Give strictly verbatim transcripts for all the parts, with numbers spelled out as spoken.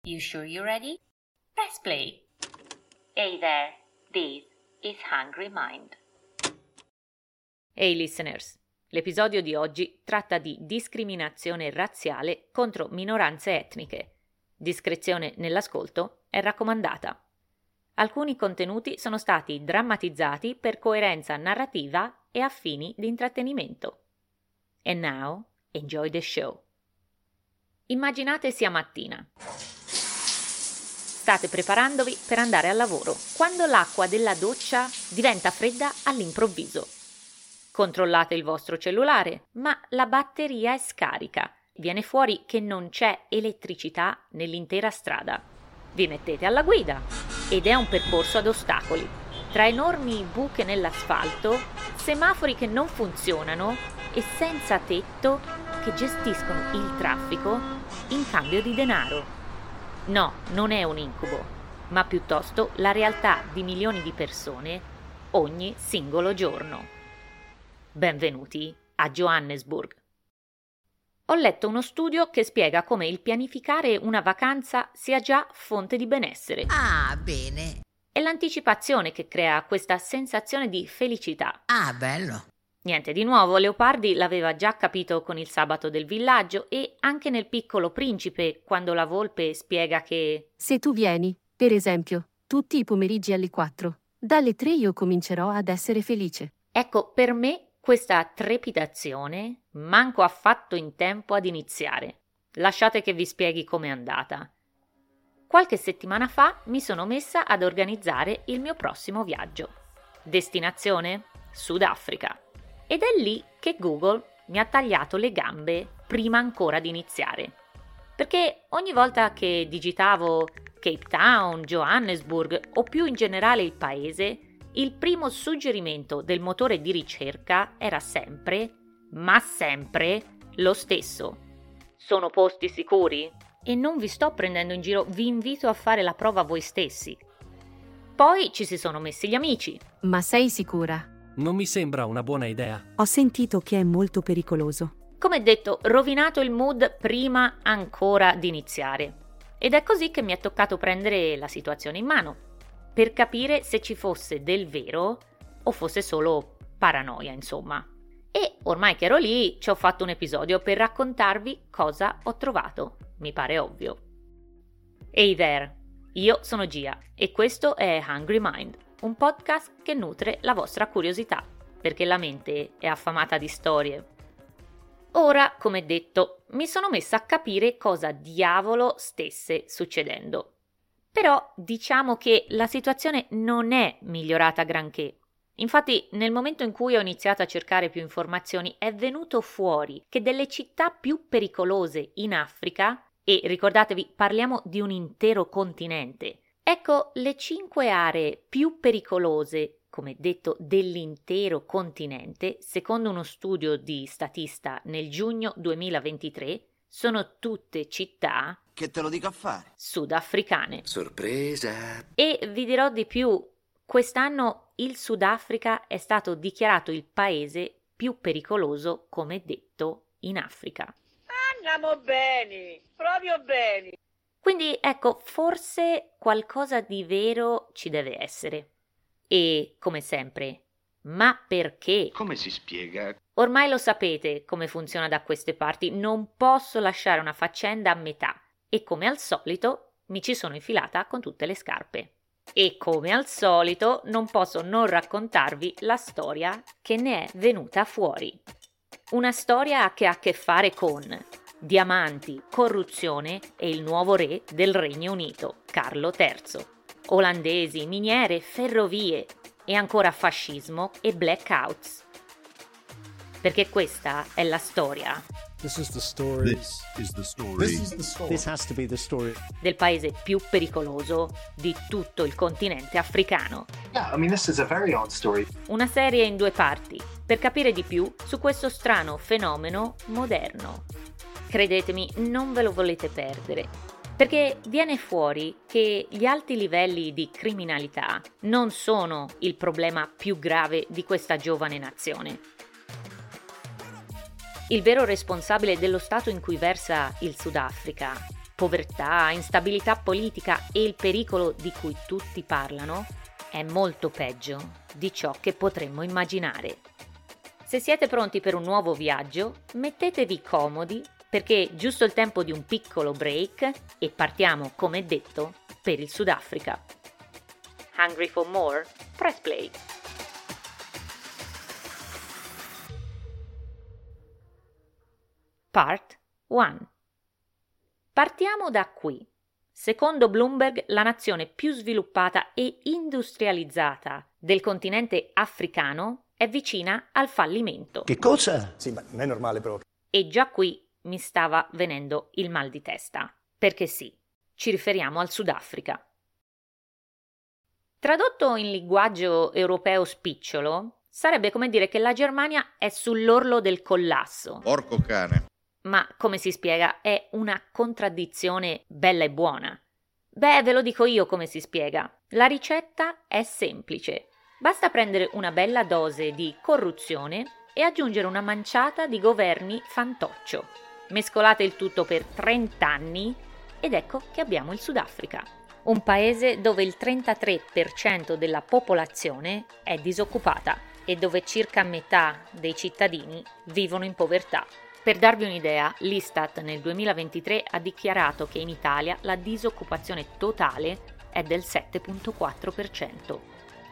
You sure you're ready? Press play. Hey there, this is Hungry Mind. Hey listeners, l'episodio di oggi tratta di discriminazione razziale contro minoranze etniche. Discrezione nell'ascolto è raccomandata. Alcuni contenuti sono stati drammatizzati per coerenza narrativa e a fini di intrattenimento. And now, enjoy the show. Immaginate sia mattina. State preparandovi per andare al lavoro, quando l'acqua della doccia diventa fredda all'improvviso. Controllate il vostro cellulare, ma la batteria è scarica. Viene fuori che non c'è elettricità nell'intera strada. Vi mettete alla guida ed è un percorso ad ostacoli, tra enormi buche nell'asfalto, semafori che non funzionano e senza tetto che gestiscono il traffico in cambio di denaro. No, non è un incubo, ma piuttosto la realtà di milioni di persone ogni singolo giorno. Benvenuti a Johannesburg. Ho letto uno studio che spiega come il pianificare una vacanza sia già fonte di benessere. Ah, bene. È l'anticipazione che crea questa sensazione di felicità. Ah, bello. Niente di nuovo, Leopardi l'aveva già capito con il sabato del villaggio e anche nel Piccolo Principe, quando la volpe spiega che se tu vieni, per esempio, tutti i pomeriggi alle quattro, dalle tre io comincerò ad essere felice. Ecco, per me questa trepidazione manco affatto in tempo ad iniziare. Lasciate che vi spieghi com'è andata. Qualche settimana fa mi sono messa ad organizzare il mio prossimo viaggio. Destinazione? Sudafrica. Ed è lì che Google mi ha tagliato le gambe prima ancora di iniziare. Perché ogni volta che digitavo Cape Town, Johannesburg o più in generale il paese, il primo suggerimento del motore di ricerca era sempre, ma sempre, lo stesso. Sono posti sicuri? E non vi sto prendendo in giro, vi invito a fare la prova voi stessi. Poi ci si sono messi gli amici. Ma sei sicura? Non mi sembra una buona idea. Ho sentito che è molto pericoloso. Come detto, rovinato il mood prima ancora di iniziare. Ed è così che mi è toccato prendere la situazione in mano, per capire se ci fosse del vero o fosse solo paranoia, insomma. E ormai che ero lì, ci ho fatto un episodio per raccontarvi cosa ho trovato. Mi pare ovvio. Hey there, io sono Gia e questo è Hungry Mind, un podcast che nutre la vostra curiosità, perché la mente è affamata di storie. Ora, come detto, mi sono messa a capire cosa diavolo stesse succedendo. Però diciamo che la situazione non è migliorata granché. Infatti, nel momento in cui ho iniziato a cercare più informazioni, è venuto fuori che delle città più pericolose in Africa, e ricordatevi, parliamo di un intero continente, ecco, le cinque aree più pericolose, come detto, dell'intero continente, secondo uno studio di Statista nel giugno duemilaventitré, sono tutte città che te lo dico a fare? Sudafricane. Sorpresa! E vi dirò di più, quest'anno il Sudafrica è stato dichiarato il paese più pericoloso, come detto, in Africa. Andiamo bene, proprio bene. Quindi ecco, forse qualcosa di vero ci deve essere. E, come sempre, ma perché? Come si spiega? Ormai lo sapete come funziona da queste parti, non posso lasciare una faccenda a metà e come al solito mi ci sono infilata con tutte le scarpe. E come al solito non posso non raccontarvi la storia che ne è venuta fuori. Una storia che ha a che fare con diamanti, corruzione e il nuovo re del Regno Unito, Carlo terzo. Olandesi, miniere, ferrovie e ancora fascismo e blackouts. Perché questa è la storia. This is the story. This is the story. This is the story. This has to be the story. Del paese più pericoloso di tutto il continente africano. Yeah, I mean this is a very odd story. Una serie in due parti, per capire di più su questo strano fenomeno moderno. Credetemi, non ve lo volete perdere, perché viene fuori che gli alti livelli di criminalità non sono il problema più grave di questa giovane nazione. Il vero responsabile dello stato in cui versa il Sudafrica, povertà, instabilità politica e il pericolo di cui tutti parlano, è molto peggio di ciò che potremmo immaginare. Se siete pronti per un nuovo viaggio, mettetevi comodi perché è giusto il tempo di un piccolo break e partiamo, come detto, per il Sudafrica. Hungry for more? Press play. Part uno. Partiamo da qui. Secondo Bloomberg, la nazione più sviluppata e industrializzata del continente africano è vicina al fallimento. Che cosa? Sì, ma non è normale però. E già qui mi stava venendo il mal di testa. Perché sì, ci riferiamo al Sudafrica. Tradotto in linguaggio europeo spicciolo, sarebbe come dire che la Germania è sull'orlo del collasso. Porco cane. Ma, come si spiega, è una contraddizione bella e buona. Beh, ve lo dico io come si spiega. La ricetta è semplice. Basta prendere una bella dose di corruzione e aggiungere una manciata di governi fantoccio. Mescolate il tutto per trenta anni ed ecco che abbiamo il Sudafrica. Un paese dove il trentatré per cento della popolazione è disoccupata e dove circa metà dei cittadini vivono in povertà. Per darvi un'idea, l'Istat nel duemilaventitré ha dichiarato che in Italia la disoccupazione totale è del sette virgola quattro per cento.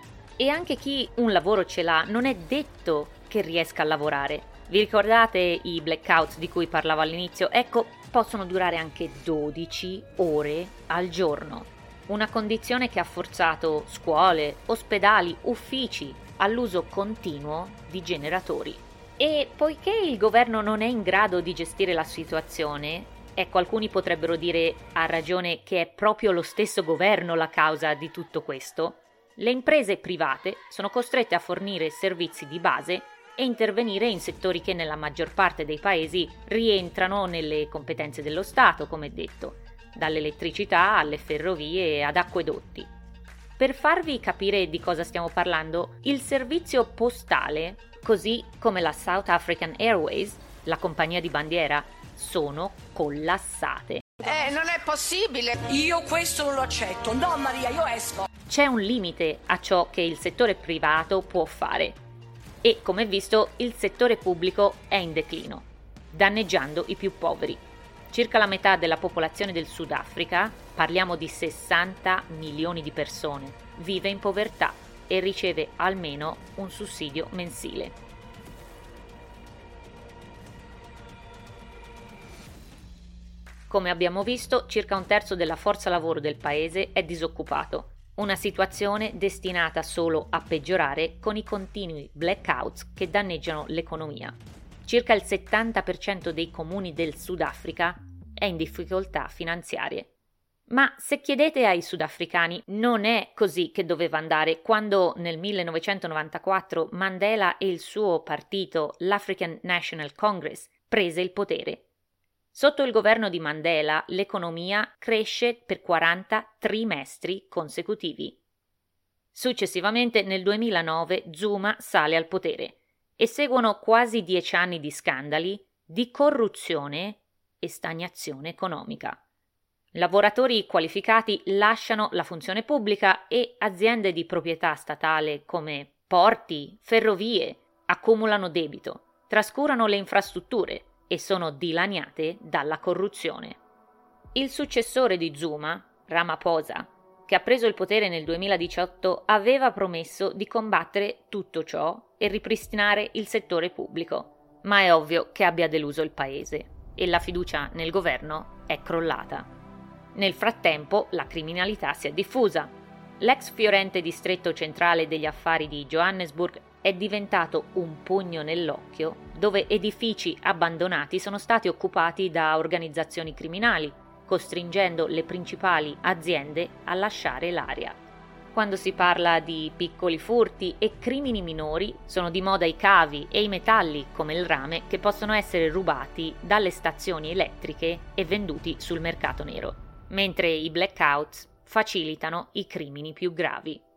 E anche chi un lavoro ce l'ha non è detto che riesca a lavorare. Vi ricordate i blackouts di cui parlavo all'inizio? Ecco, possono durare anche dodici ore al giorno. Una condizione che ha forzato scuole, ospedali, uffici all'uso continuo di generatori. E poiché il governo non è in grado di gestire la situazione, ecco, alcuni potrebbero dire a ragione che è proprio lo stesso governo la causa di tutto questo, le imprese private sono costrette a fornire servizi di base e intervenire in settori che nella maggior parte dei paesi rientrano nelle competenze dello Stato, come detto, dall'elettricità alle ferrovie ad acquedotti. Per farvi capire di cosa stiamo parlando, il servizio postale, così come la South African Airways, la compagnia di bandiera, sono collassate. Eh, non è possibile! Io questo non lo accetto! No, Maria, io esco! C'è un limite a ciò che il settore privato può fare e, come visto, il settore pubblico è in declino, danneggiando i più poveri. Circa la metà della popolazione del Sudafrica, parliamo di sessanta milioni di persone, vive in povertà e riceve almeno un sussidio mensile. Come abbiamo visto, circa un terzo della forza lavoro del paese è disoccupato, una situazione destinata solo a peggiorare con i continui blackouts che danneggiano l'economia. Circa il settanta per cento dei comuni del Sudafrica è in difficoltà finanziarie. Ma se chiedete ai sudafricani, non è così che doveva andare quando nel millenovecentonovantaquattro Mandela e il suo partito, l'African National Congress, prese il potere. Sotto il governo di Mandela l'economia cresce per quaranta trimestri consecutivi. Successivamente nel duemilanove Zuma sale al potere e seguono quasi dieci anni di scandali, di corruzione e stagnazione economica. Lavoratori qualificati lasciano la funzione pubblica e aziende di proprietà statale come porti, ferrovie accumulano debito, trascurano le infrastrutture e sono dilaniate dalla corruzione. Il successore di Zuma, Ramaphosa, che ha preso il potere nel duemiladiciotto, aveva promesso di combattere tutto ciò e ripristinare il settore pubblico, ma è ovvio che abbia deluso il paese e la fiducia nel governo è crollata. Nel frattempo la criminalità si è diffusa. L'ex fiorente distretto centrale degli affari di Johannesburg è diventato un pugno nell'occhio dove edifici abbandonati sono stati occupati da organizzazioni criminali, costringendo le principali aziende a lasciare l'area. Quando si parla di piccoli furti e crimini minori, sono di moda i cavi e i metalli, come il rame, che possono essere rubati dalle stazioni elettriche e venduti sul mercato nero, mentre i blackouts facilitano i crimini più gravi.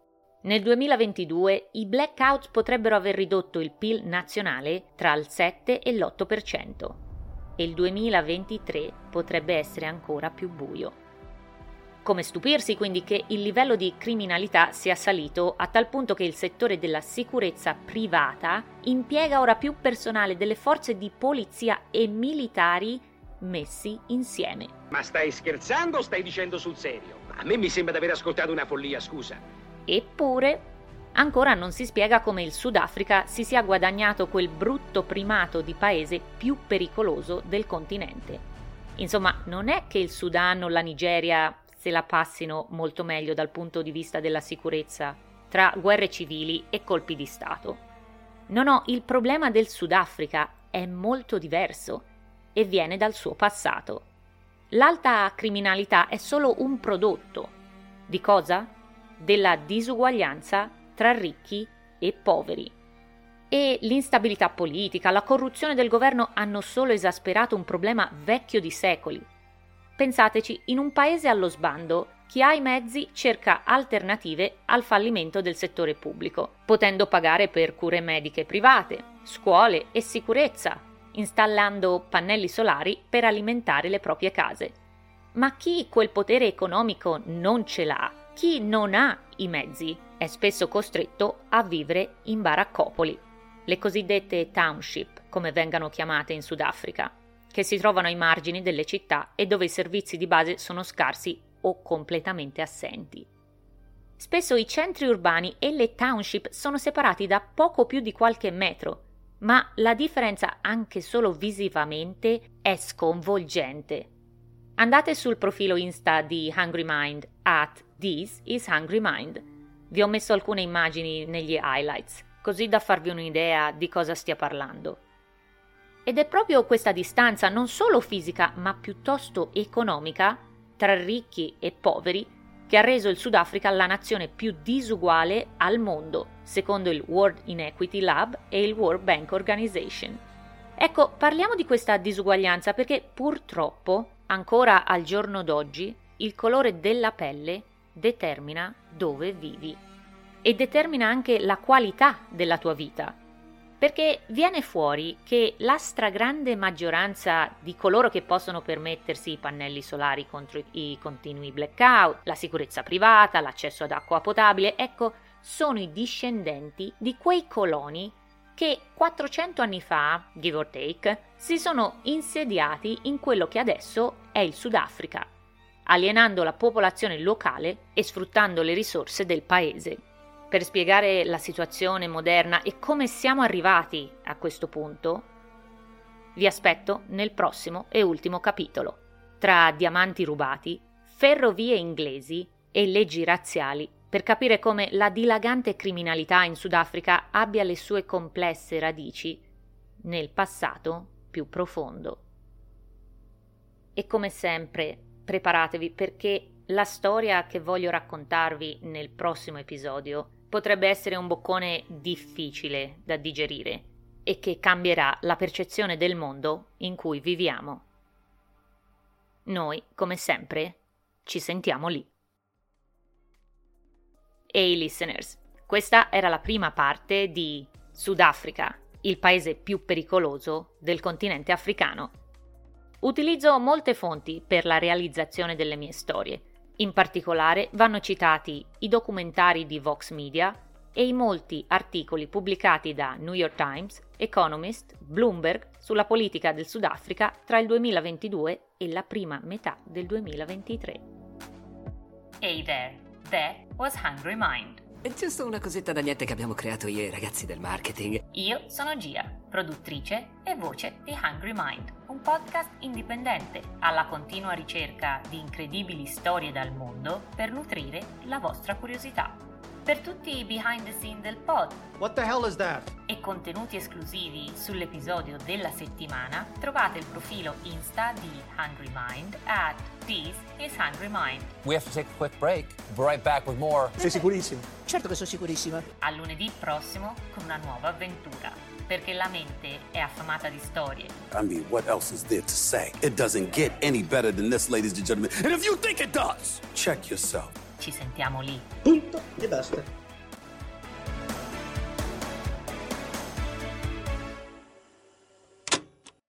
Nel duemilaventidue i blackout potrebbero aver ridotto il P I L nazionale tra il sette e l'otto per cento e il duemilaventitré potrebbe essere ancora più buio. Come stupirsi quindi che il livello di criminalità sia salito a tal punto che il settore della sicurezza privata impiega ora più personale delle forze di polizia e militari messi insieme. Ma stai scherzando o stai dicendo sul serio? A me mi sembra di aver ascoltato una follia, scusa. Eppure, ancora non si spiega come il Sudafrica si sia guadagnato quel brutto primato di paese più pericoloso del continente. Insomma, non è che il Sudan o la Nigeria se la passino molto meglio dal punto di vista della sicurezza, tra guerre civili e colpi di Stato. No, no, il problema del Sudafrica è molto diverso e viene dal suo passato. L'alta criminalità è solo un prodotto. Di cosa? Della disuguaglianza tra ricchi e poveri. E l'instabilità politica, la corruzione del governo hanno solo esasperato un problema vecchio di secoli. Pensateci, in un paese allo sbando, chi ha i mezzi cerca alternative al fallimento del settore pubblico, potendo pagare per cure mediche private, scuole e sicurezza, installando pannelli solari per alimentare le proprie case. Ma chi quel potere economico non ce l'ha, chi non ha i mezzi, è spesso costretto a vivere in baraccopoli, le cosiddette township, come vengano chiamate in Sudafrica, che si trovano ai margini delle città e dove i servizi di base sono scarsi o completamente assenti. Spesso i centri urbani e le township sono separati da poco più di qualche metro, ma la differenza anche solo visivamente è sconvolgente. Andate sul profilo Insta di Hungry Mind at This is Hungry Mind. Vi ho messo alcune immagini negli highlights, così da farvi un'idea di cosa stia parlando. Ed è proprio questa distanza, non solo fisica, ma piuttosto economica, tra ricchi e poveri, che ha reso il Sudafrica la nazione più disuguale al mondo, secondo il World Inequity Lab e il World Bank Organization. Ecco, parliamo di questa disuguaglianza perché purtroppo, ancora al giorno d'oggi, il colore della pelle determina dove vivi e determina anche la qualità della tua vita. Perché viene fuori che la stragrande maggioranza di coloro che possono permettersi i pannelli solari contro i continui blackout, la sicurezza privata, l'accesso ad acqua potabile, ecco, sono i discendenti di quei coloni che quattrocento anni fa, give or take, si sono insediati in quello che adesso è il Sudafrica, alienando la popolazione locale e sfruttando le risorse del paese. Per spiegare la situazione moderna e come siamo arrivati a questo punto, vi aspetto nel prossimo e ultimo capitolo, tra diamanti rubati, ferrovie inglesi e leggi razziali, per capire come la dilagante criminalità in Sudafrica abbia le sue complesse radici nel passato più profondo. E come sempre, preparatevi perché la storia che voglio raccontarvi nel prossimo episodio potrebbe essere un boccone difficile da digerire e che cambierà la percezione del mondo in cui viviamo. Noi, come sempre, ci sentiamo lì. Ehi listeners, questa era la prima parte di Sudafrica, il paese più pericoloso del continente africano. Utilizzo molte fonti per la realizzazione delle mie storie. In particolare vanno citati i documentari di Vox Media e i molti articoli pubblicati da New York Times, Economist, Bloomberg sulla politica del Sudafrica tra il duemilaventidue e la prima metà del duemilaventitré. Hey there, that was Hungry Mind. È giusto una cosetta da niente che abbiamo creato io e i ragazzi del marketing. Io sono Gia, produttrice e voce di Hungry Mind, un podcast indipendente alla continua ricerca di incredibili storie dal mondo per nutrire la vostra curiosità. Per tutti i behind the scene del pod What the hell is that? e contenuti esclusivi sull'episodio della settimana, trovate il profilo Insta di Hungry Mind at This is Hungry Mind. We have to take a quick break. We'll be right back with more. Sei sicurissimo? Certo che sono sicurissima. A lunedì prossimo con una nuova avventura, perché la mente è affamata di storie. I mean, what else is there to say? It doesn't get any better than this, ladies and gentlemen. And if you think it does, check yourself. Ci sentiamo lì. Punto e basta.